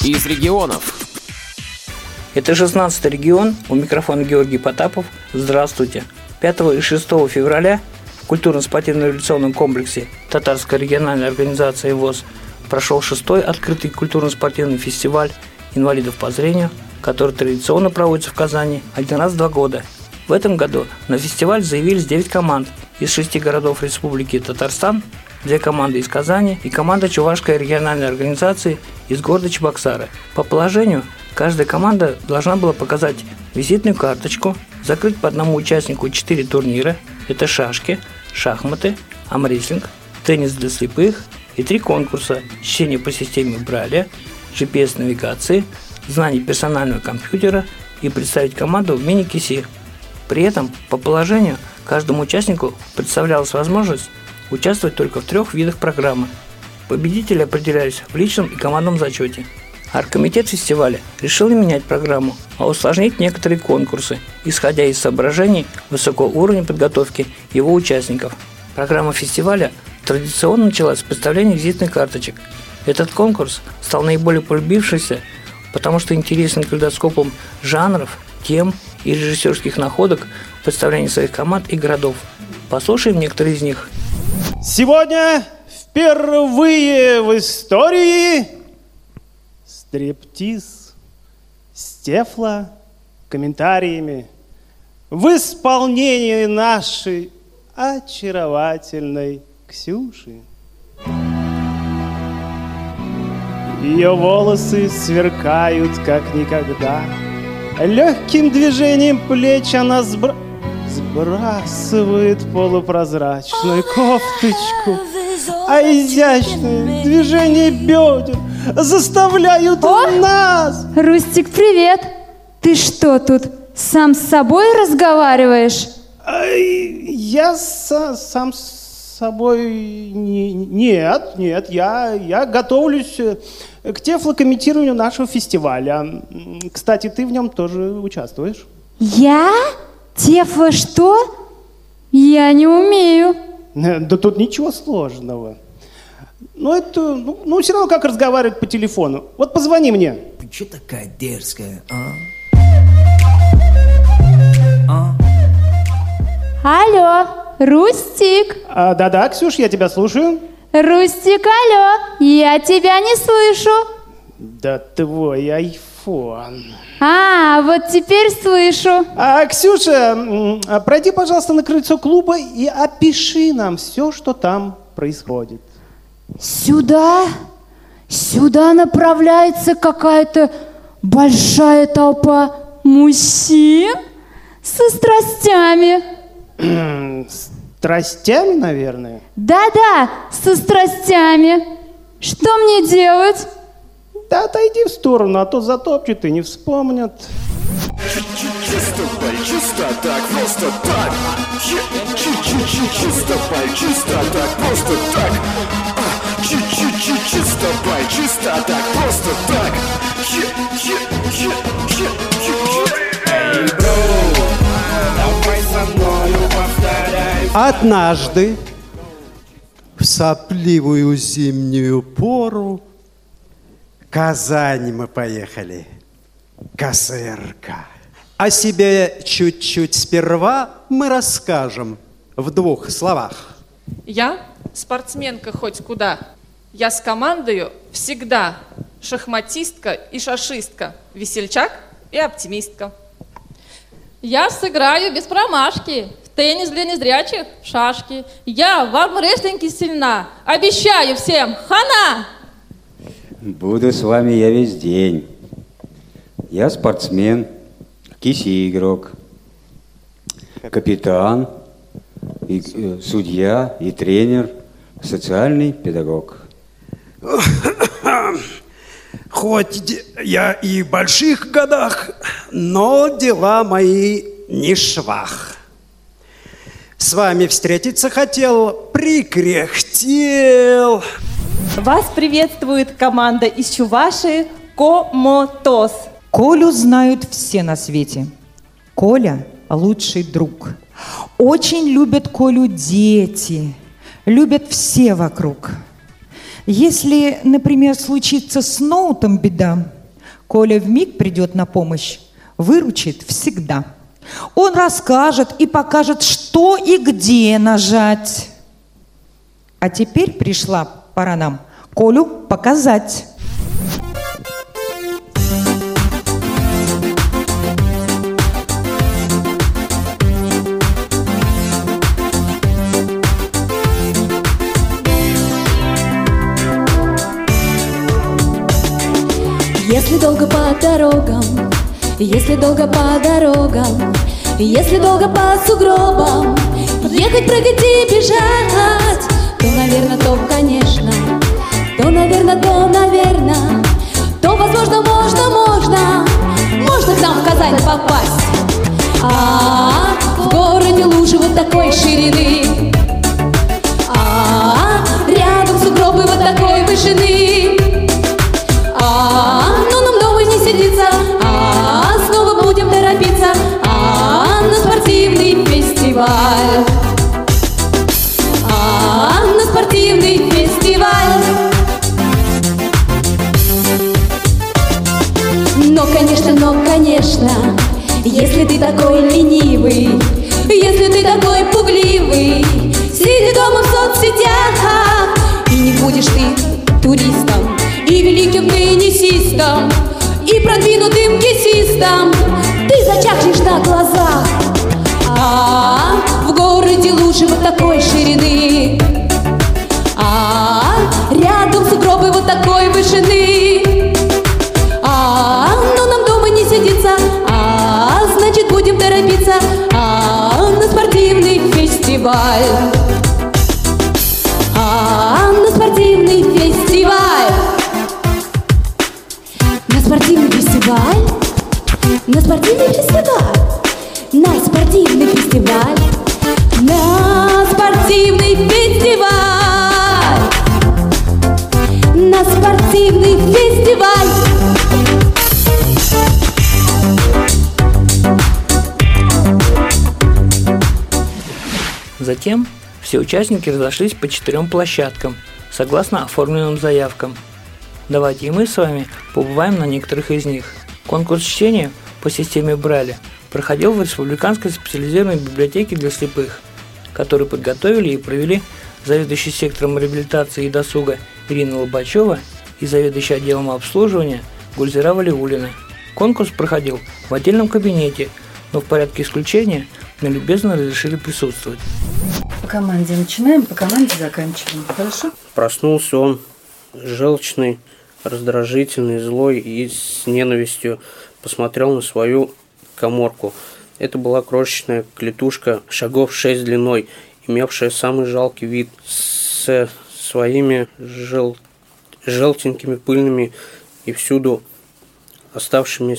из регионов. Это 16-й регион, у микрофона Георгий Потапов. Здравствуйте. 5 и 6 февраля в культурно-спортивно-революционном комплексе Татарской региональной организации ВОС прошел 6-й открытый культурно-спортивный фестиваль инвалидов по зрению, который традиционно проводится в Казани один раз в 2 года. В этом году на фестиваль заявились 9 команд из 6 городов Республики Татарстан, 2 команды из Казани и команда Чувашской региональной организации из города Чебоксары. По положению, каждая команда должна была показать визитную карточку, закрыть по одному участнику 4 турнира. Это шашки, шахматы, армрестлинг, теннис для слепых и 3 конкурса: чтение по системе Брайля, GPS-навигации, знание персонального компьютера и представить команду в мини-киси. При этом, по положению, каждому участнику представлялась возможность участвовать только в 3 видах программы. Победители определялись в личном и командном зачете. Оргкомитет фестиваля решил не менять программу, а усложнить некоторые конкурсы, исходя из соображений высокого уровня подготовки его участников. Программа фестиваля традиционно началась с представления визитных карточек. Этот конкурс стал наиболее полюбившимся, потому что интересен калейдоскопом жанров, тем и режиссерских находок в представлении своих команд и городов. Послушаем некоторые из них. Сегодня впервые в истории стриптиз с тефлокомментариями в исполнении нашей очаровательной Ксюши. Ее волосы сверкают как никогда. Легким движением плеч она сбрасывает полупрозрачную кофточку, а изящные движения бедер заставляют нас... Рустик, привет! Ты что тут, сам с собой разговариваешь? Я сам с собой... Нет, я готовлюсь к тефлокомментированию нашего фестиваля. Кстати, ты в нем тоже участвуешь. Я? Тефло что? Я не умею. Да тут ничего сложного. Но это, все равно как разговаривать по телефону. Вот позвони мне. Ты что такая дерзкая, Алло, Рустик. Да-да, Ксюш, я тебя слушаю. Рустик, алло, я тебя не слышу. Да твой айфон. Вот теперь слышу. Ксюша, пройди, пожалуйста, на крыльцо клуба и опиши нам все, что там происходит. Сюда направляется какая-то большая толпа мужчин со страстями. Страстями, наверное? Да-да, со страстями. Что мне делать? Да отойди в сторону, а то затопчут и не вспомнят. Чисто чисто так, просто так. Чисто чисто так, просто так. Чисто так, просто так. Эй, бро, давай со мною повторяй. Однажды в сопливую зимнюю пору в Казань мы поехали. КСРК. О себе чуть-чуть сперва мы расскажем в 2 словах. Я спортсменка хоть куда. Я с командою всегда шахматистка и шашистка, весельчак и оптимистка. Я сыграю без промашки в теннис для незрячих, в шашки. Я в армрестлинге сильна. Обещаю всем, хана! Буду с вами я весь день. Я спортсмен, киси-игрок, капитан, судья и тренер, социальный педагог. Хоть я и в больших годах, но дела мои не швах. С вами встретиться хотел, прикряхтел. Вас приветствует команда из Чувашии «Комотос». Колю знают все на свете. Коля – лучший друг. Очень любят Колю дети, любят все вокруг. Если, например, случится с ноутом беда, Коля вмиг придет на помощь, выручит всегда. Он расскажет и покажет, что и где нажать. А теперь пришла пора нам Колю показать. Если долго по дорогам, если долго по дорогам, если долго по сугробам, ехать, прыгать и бежать, то, наверное, то, конечно, то, наверное, то, наверное, то, возможно, можно к нам в Казань попасть. А в городе лужи вот такой ширины, рядом сугробы вот такой вышины. Но нам дома не сидится, снова будем торопиться на спортивный фестиваль. На спортивный фестиваль. Но, конечно, если ты такой ленивый, если ты такой пугливый, сиди дома в соцсетях, и не будешь ты туристом, и великим теннисистом, и продвинутым кисистом, ты зачахнешь на глазах. В городе лужи вот такой ширины, рядом сугробы вот такой вышины. Но нам дома не сидится, значит будем торопиться на спортивный фестиваль. На спортивный фестиваль. На спортивный фестиваль. На спортивный фестиваль. На спортивный фестиваль. На спортивный фестиваль. На спортивный фестиваль. Затем все участники разошлись по 4 площадкам, согласно оформленным заявкам. Давайте и мы с вами побываем на некоторых из них. Конкурс чтения по системе Брайля проходил в Республиканской специализированной библиотеке для слепых, который подготовили и провели заведующий сектором реабилитации и досуга Ирина Лобачева и заведующий отделом обслуживания Гульзира Валиуллина. Конкурс проходил в отдельном кабинете, но в порядке исключения мне любезно разрешили присутствовать. По команде начинаем, по команде заканчиваем. Хорошо? Проснулся он желчный, раздражительный, злой и с ненавистью посмотрел на свою каморку. Это была крошечная клетушка шагов 6 длиной, имевшая самый жалкий вид, с своими желтенькими, пыльными и всюду оставшими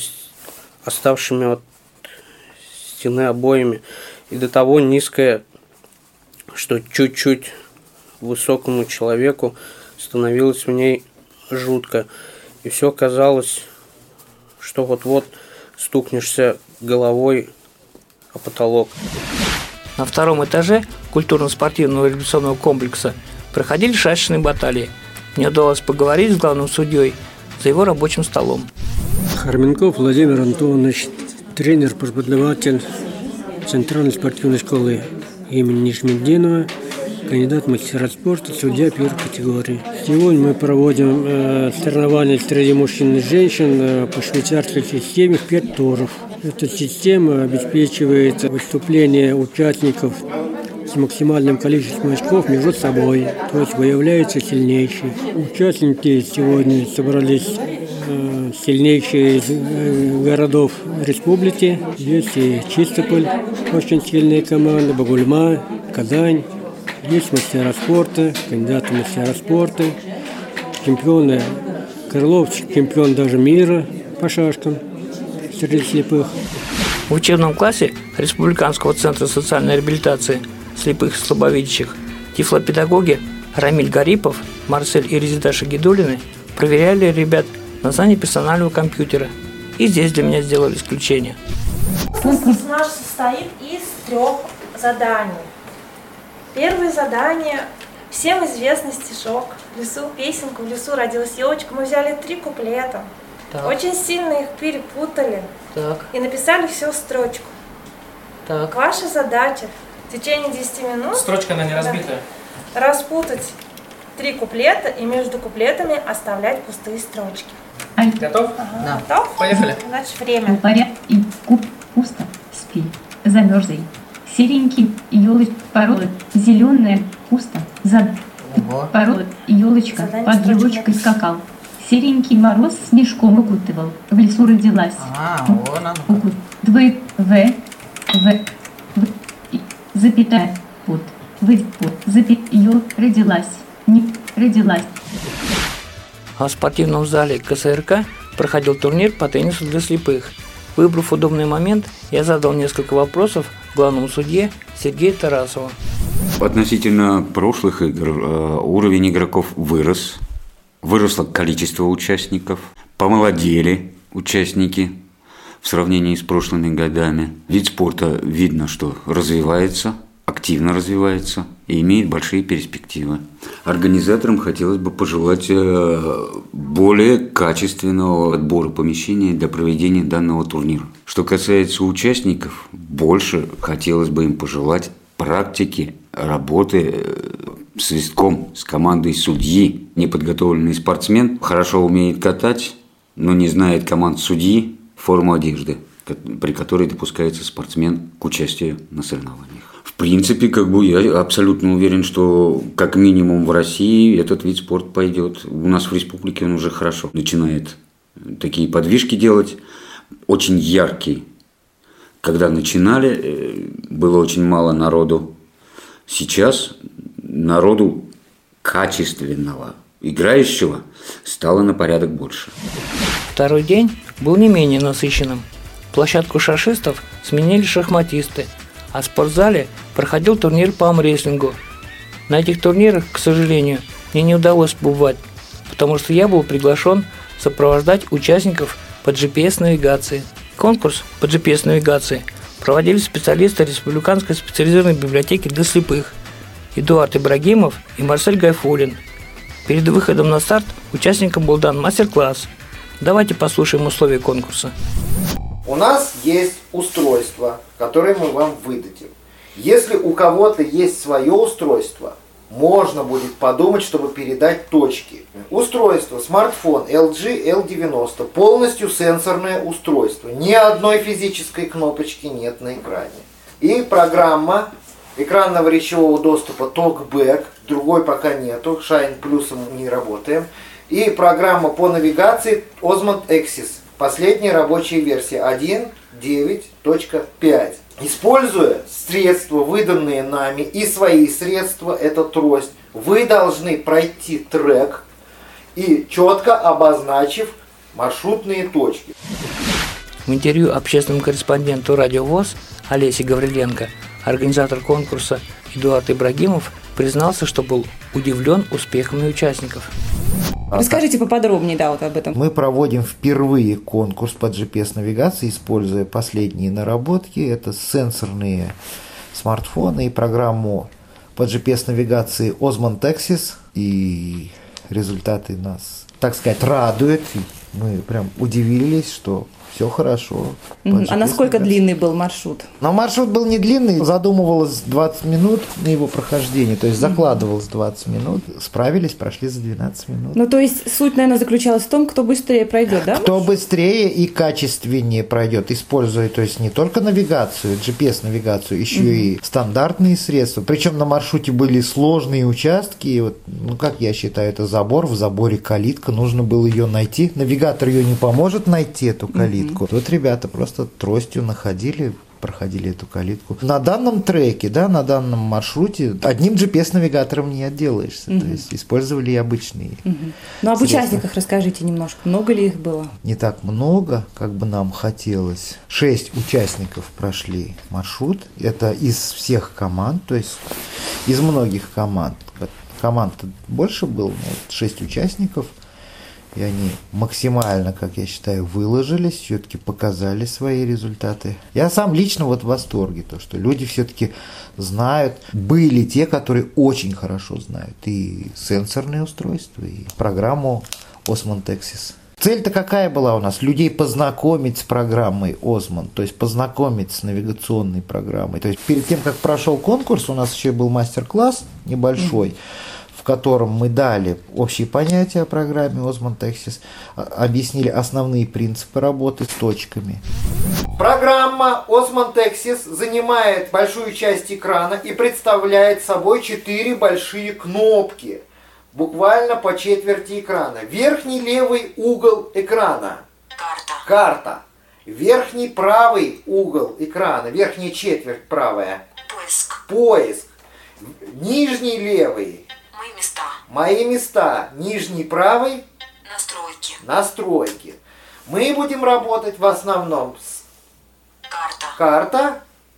от стены обоями, и до того низкая, что чуть-чуть высокому человеку становилось в ней жутко, и все казалось, что вот-вот стукнешься головой о потолок. На 2 этаже культурно-спортивного революционного комплекса проходили шашечные баталии. Мне удалось поговорить с главным судьей за его рабочим столом. Харменков Владимир Антонович, тренер-преподаватель Центральной спортивной школы имени Нижмеддинова, кандидат в мастера спорта, судья первой категории. Сегодня мы проводим соревнования среди мужчин и женщин по швейцарской системе в 5 туров. Эта система обеспечивает выступление участников с максимальным количеством очков между собой, то есть выявляется сильнейший. Участники сегодня собрались сильнейшие из городов республики. Есть и Чистополь, очень сильная команда, Бугульма, Казань. Есть мастера спорта, кандидаты в мастера спорта, чемпионы Крылов, чемпион даже мира по шашкам среди слепых. В учебном классе Республиканского центра социальной реабилитации слепых и слабовидящих тифлопедагоги Рамиль Гарипов, Марсель и Резида Шагидуллины проверяли ребят на знание персонального компьютера. И здесь для меня сделали исключение. Конкурс наш состоит из 3 заданий. Первое задание Всем известный стишок. В лесу песенку, в лесу родилась елочка. Мы взяли 3 куплета. Так. Очень сильно их перепутали. Так. И написали все в строчку. Так. Ваша задача в течение 10 минут... Строчка, она не разбитая. Распутать 3 куплета и между куплетами оставлять пустые строчки. Готов? Ага. Готов? Поехали. Значит, время. Поряд и куб пусто, спи, замерзай. Серенький елочка порода, зеленая пусто, порода елочка под елочкой скакал. Серенький мороз снежком укутывал, в лесу родилась. Вон она. Запятая, вот, ел родилась, не родилась. А в спортивном зале КСРК проходил турнир по теннису для слепых. Выбрав удобный момент, я задал несколько вопросов главному судье Сергею Тарасову. Относительно прошлых игр уровень игроков вырос. Выросло количество участников. Помолодели участники в сравнении с прошлыми годами. Вид спорта видно, что развивается, активно развивается и имеет большие перспективы. Организаторам хотелось бы пожелать более качественного отбора помещений для проведения данного турнира. Что касается участников, больше хотелось бы им пожелать практики работы свистком с командой судьи. Неподготовленный спортсмен хорошо умеет катать, но не знает команд судьи, форму одежды, при которой допускается спортсмен к участию на соревнованиях. В принципе, я абсолютно уверен, что как минимум в России этот вид спорта пойдет. У нас в республике он уже хорошо начинает такие подвижки делать. Очень яркий. Когда начинали, было очень мало народу. Сейчас народу качественного, играющего, стало на порядок больше. Второй день был не менее насыщенным. Площадку шашистов сменили шахматисты, а в спортзале проходил турнир по армрестлингу. На этих турнирах, к сожалению, мне не удалось побывать, потому что я был приглашен сопровождать участников по GPS-навигации. Конкурс по GPS-навигации проводили специалисты Республиканской специализированной библиотеки для слепых Эдуард Ибрагимов и Марсель Гайфуллин. Перед выходом на старт участникам был дан мастер-класс. Давайте послушаем условия конкурса. У нас есть устройство, которое мы вам выдадим. Если у кого-то есть свое устройство, можно будет подумать, чтобы передать точки. Устройство, смартфон LG L90, полностью сенсорное устройство. Ни одной физической кнопочки нет на экране. И программа экранного речевого доступа TalkBack, другой пока нету, Shine плюсом не работаем. И программа по навигации Osmond Axis, последняя рабочая версия 1.9.5. Используя средства, выданные нами, и свои средства, это трость, вы должны пройти трек и четко обозначив маршрутные точки. В интервью общественному корреспонденту Радио ВОС Олесе Гавриленко организатор конкурса Эдуард Ибрагимов признался, что был удивлен успехами участников. Расскажите поподробнее, об этом. Мы проводим впервые конкурс по GPS-навигации, используя последние наработки. Это сенсорные смартфоны и программу по GPS-навигации Osmond Axis. И результаты нас, так сказать, радуют. Мы прям удивились, что все хорошо. А насколько длинный был маршрут? Но маршрут был не длинный, задумывалось 20 минут на его прохождение, то есть закладывалось 20 минут, справились, прошли за 12 минут. Ну, то есть суть, наверное, заключалась в том, кто быстрее пройдет, да? Кто быстрее и качественнее пройдет, используя, то есть не только навигацию, GPS-навигацию, еще и стандартные средства. Причем на маршруте были сложные участки, и вот, как я считаю, это забор, в заборе калитка, нужно было ее найти. Навигатор ее не поможет найти, эту калитку. Тут ребята просто тростью находили, проходили эту калитку. На данном треке, на данном маршруте одним GPS-навигатором не отделаешься. То есть использовали и обычные. Ну, об участниках расскажите немножко. Много ли их было? Не так много, как бы нам хотелось. 6 участников прошли маршрут. Это из всех команд, то есть из многих команд. Команд больше было, 6 участников. И они максимально, как я считаю, выложились, все-таки показали свои результаты. Я сам лично вот в восторге, то, что люди все-таки знают. Были те, которые очень хорошо знают и сенсорные устройства, и программу Osmon Texas. Цель-то какая была у нас? Людей познакомить с программой Osmon, то есть познакомить с навигационной программой. То есть перед тем, как прошел конкурс, у нас еще был мастер-класс небольшой, в котором мы дали общие понятия о программе Osmon Texas, объяснили основные принципы работы с точками. Программа Osmon Texas занимает большую часть экрана и представляет собой 4 большие кнопки, буквально по четверти экрана. Верхний левый угол экрана – карта. Верхний правый угол экрана, верхняя четверть правая – поиск. Нижний левый – мои места. Нижний правый – настройки. Мы будем работать в основном с карта,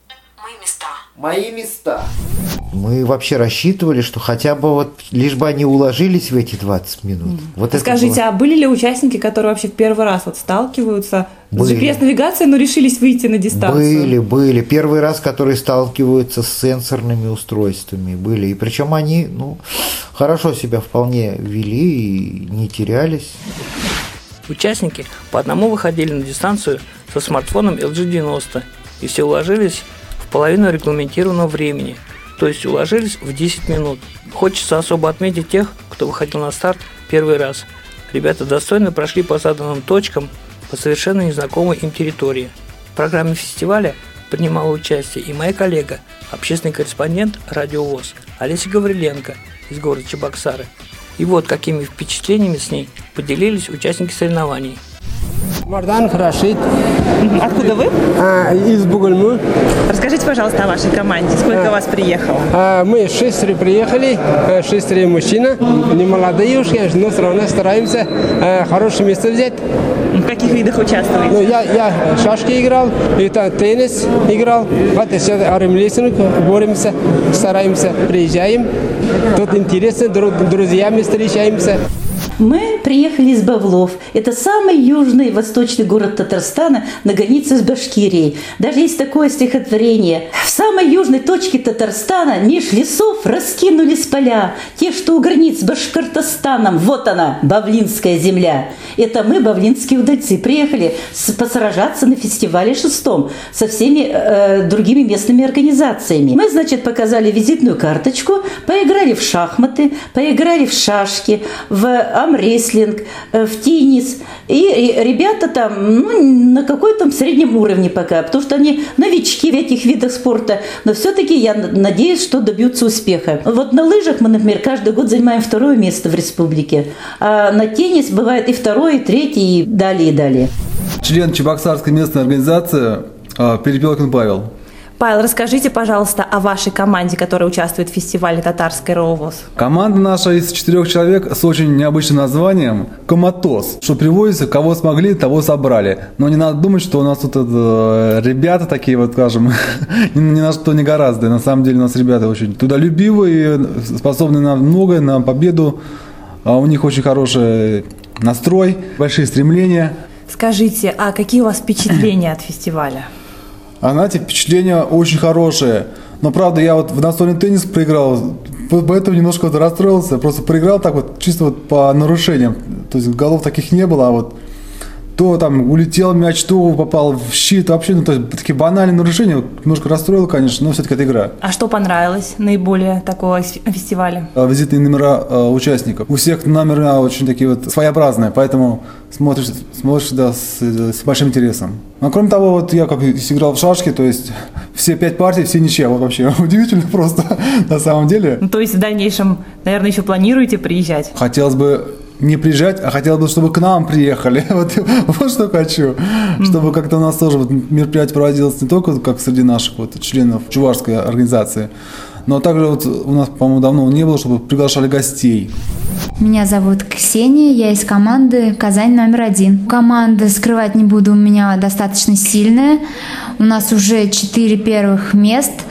мои места. Мы вообще рассчитывали, что хотя бы вот лишь бы они уложились в эти 20 минут. Вот Скажите, а были ли участники, которые вообще в первый раз вот сталкиваются с GPS-навигацией, но решились выйти на дистанцию? Были. Первый раз, которые сталкиваются с сенсорными устройствами, были. И причем они, хорошо себя вполне вели и не терялись. Участники по одному выходили на дистанцию со смартфоном LG 90 и все уложились в половину регламентированного времени, то есть уложились в 10 минут. Хочется особо отметить тех, кто выходил на старт первый раз. Ребята достойно прошли по заданным точкам по совершенно незнакомой им территории. В программе фестиваля принимала участие и моя коллега, общественный корреспондент Радио ВОС Олеся Гавриленко из города Чебоксары. И вот какими впечатлениями с ней поделились участники соревнований. Мардан Рашид. Откуда вы? Из Бугульмы. Расскажите, пожалуйста, о вашей команде. Сколько вас приехало? Мы 6 приехали, 6 мужчин. Не молодые уж, конечно, но все равно стараемся хорошее место взять. В каких видах участвуете? Я шашки играл, это теннис играл. Вот сейчас армрестлинг боремся, стараемся, приезжаем. Тут интересно, друзьями встречаемся. Мы приехали из Бавлов. Это самый южный восточный город Татарстана на границе с Башкирией. Даже есть такое стихотворение. В самой южной точке Татарстана меж лесов раскинулись поля. Те, что у границ с Башкортостаном. Вот она, Бавлинская земля. Это мы, бавлинские удальцы, приехали посражаться на фестивале 6-м со всеми другими местными организациями. Мы, значит, показали визитную карточку, поиграли в шахматы, поиграли в шашки, в армрестлинг, в теннис. И ребята там, на какой-то среднем уровне пока, потому что они новички в этих видах спорта. Но все-таки я надеюсь, что добьются успеха. Вот на лыжах мы, например, каждый год занимаем 2-е место в республике. А на теннис бывает и 2-е, и 3-е, и далее, и далее. Член Чебоксарской местной организации Перепелкин Павел. Павел, расскажите, пожалуйста, о вашей команде, которая участвует в фестивале татарской РОВОЗ. Команда наша из 4 человек с очень необычным названием «Коматоз», что приводится, кого смогли, того собрали. Но не надо думать, что у нас тут ребята такие, вот скажем, ни на что не гораздо. На самом деле у нас ребята очень трудолюбивые, способны на многое, на победу. У них очень хороший настрой, большие стремления. Скажите, а какие у вас впечатления от фестиваля? А знаете, впечатление очень хорошее. Но правда, я вот в настольный теннис проиграл, поэтому немножко вот расстроился. Просто проиграл так вот, чисто вот по нарушениям. То есть голов таких не было, а вот то там улетел мяч, то попал в щит. Вообще, то есть такие банальные нарушения. Немножко расстроил, конечно, но все-таки это игра. А что понравилось наиболее такого фестиваля? Визитные номера участников. У всех номера очень такие вот своеобразные, поэтому смотришь да, с большим интересом. А кроме того, вот я как играл в шашки, то есть все 5 партий, все ничья. Вот вообще удивительно просто на самом деле. То есть в дальнейшем, наверное, еще планируете приезжать? Хотелось бы не приезжать, а хотелось бы, чтобы к нам приехали. Вот что хочу. Чтобы как-то у нас тоже вот мероприятие проводилось не только как среди наших вот членов чувашской организации, но также вот у нас, по-моему, давно не было, чтобы приглашали гостей. Меня зовут Ксения, я из команды «Казань номер 1». Команда, скрывать не буду, у меня достаточно сильная. У нас уже 4 первых мест.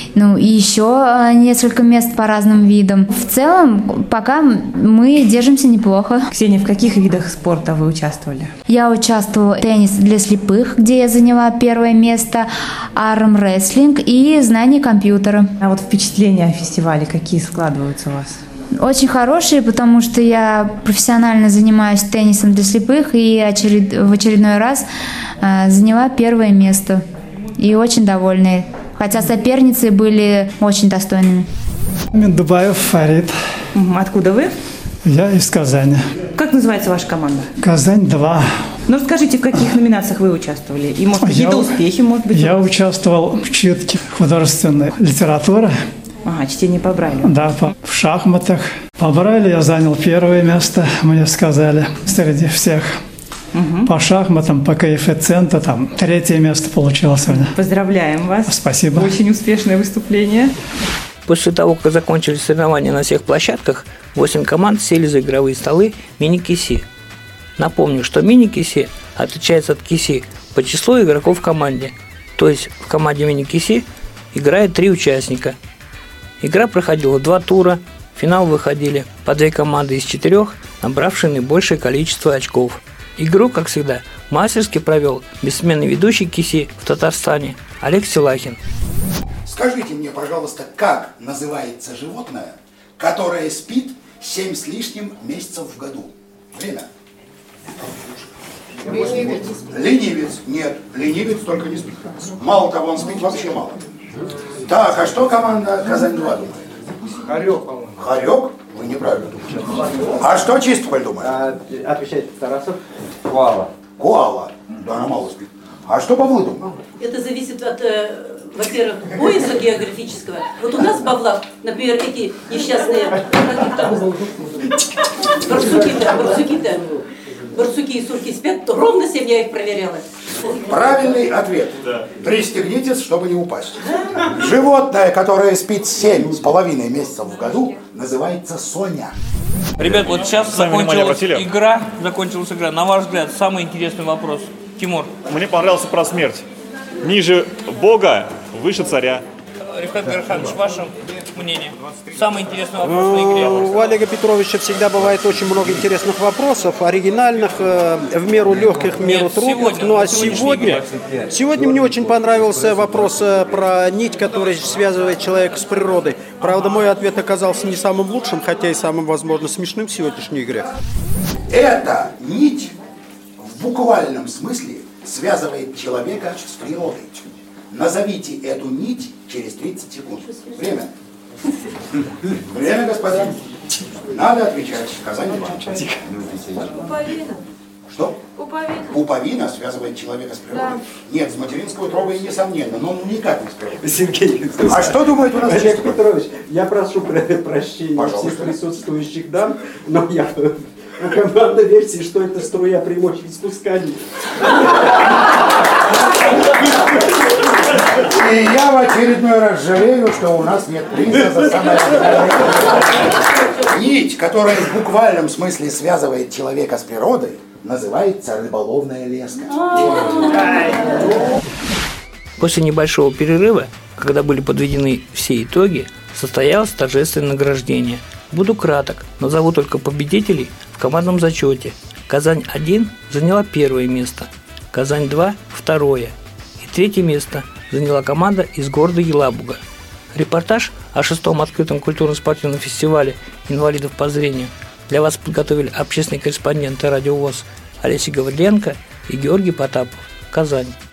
ну и еще несколько мест по разным видам. В целом, пока мы держимся неплохо. Ксения, в каких видах спорта вы участвовали? Я участвовала в теннисе для слепых, где я заняла первое место, армрестлинг и знание компьютера. А вот впечатления о фестивале какие складываются у вас? Очень хорошие, потому что я профессионально занимаюсь теннисом для слепых и в очередной раз заняла первое место. И очень довольны. Хотя соперницы были очень достойными. Мендубаев Фарид. Откуда вы? Я из Казани. Как называется ваша команда? Казань-2. Ну, расскажите, в каких номинациях вы участвовали? И, может, какие-то успехи, может быть? Я участвовал в читке художественной литературы. Ага, чтение по Брайлю. Да, в шахматах. По Брайлю я занял первое место, мне сказали, среди всех. Угу. По шахматам, по коэффициенту, там, третье место получилось у меня. Поздравляем вас. Спасибо. Очень успешное выступление. После того, как закончились соревнования на всех площадках, 8 команд сели за игровые столы мини-киси. Напомню, что мини-киси отличается от киси по числу игроков в команде. То есть в команде мини-киси играет 3 участника. Игра проходила 2 тура, в финал выходили по 2 команды из 4, набравшие наибольшее количество очков. Игру, как всегда, мастерски провел бессменный ведущий киси в Татарстане Олег Силахин. Скажите мне, пожалуйста, как называется животное, которое спит 7 с лишним месяцев в году? Время. Ленивец. Ленивец. Нет, ленивец только не спит. Мало того, он спит вообще мало. Так, а что команда Казань-2 думает? Хорек, по-моему. Хорек? Вы неправильно думаете. А что Чистополь думает? Отвечает Тарасов. Коала. Коала. Да, она мало спит. А что Павлы думают? Это зависит от, во-первых, пояса географического. Вот у нас в Павлах, например, эти несчастные барсуки и сурки спят, то ровно 7 я их проверяла. Правильный ответ. Пристегнитесь, чтобы не упасть. Животное, которое спит 7,5 месяцев в году, называется Соня. Ребят, вот сейчас закончилась игра. На ваш взгляд, самый интересный вопрос. Тимур. Мне понравился про смерть. Ниже Бога, выше царя. Рифкат Гарханович, ваше мнение? Самый интересный вопрос на игре. У Олега Петровича всегда бывает очень много интересных вопросов, оригинальных, в меру легких, в меру трудных. Ну а сегодня мне очень понравился вопрос про нить, которая связывает человека с природой. Правда, мой ответ оказался не самым лучшим, хотя и самым, возможно, смешным в сегодняшней игре. Эта нить в буквальном смысле связывает человека с природой. Назовите эту нить через 30 секунд. Время. Время, господа. Надо отвечать. Казань-2. Пуповина. Что? Пуповина. Пуповина связывает человека с природой? Да. Нет, с материнской утробой несомненно, но никак не с природой. Сергей, а что думает у нас Олег Петрович, я прошу прощения Пожалуйста. всех присутствующих дам, но я команда версии, что это струя при мощи спускания. И я в очередной раз жалею, что у нас нет приза за самое нить, которая в буквальном смысле связывает человека с природой, называется рыболовная леска. После небольшого перерыва, когда были подведены все итоги, состоялось торжественное награждение. Буду краток, назову только победителей в командном зачете. Казань-1 заняла первое место, Казань-2 – второе, и третье место заняла команда из города Елабуга. Репортаж о 6-м открытом культурно-спортивном фестивале инвалидов по зрению для вас подготовили общественные корреспонденты Радио ВОС Олеся Гавриленко и Георгий Потапов. Казань.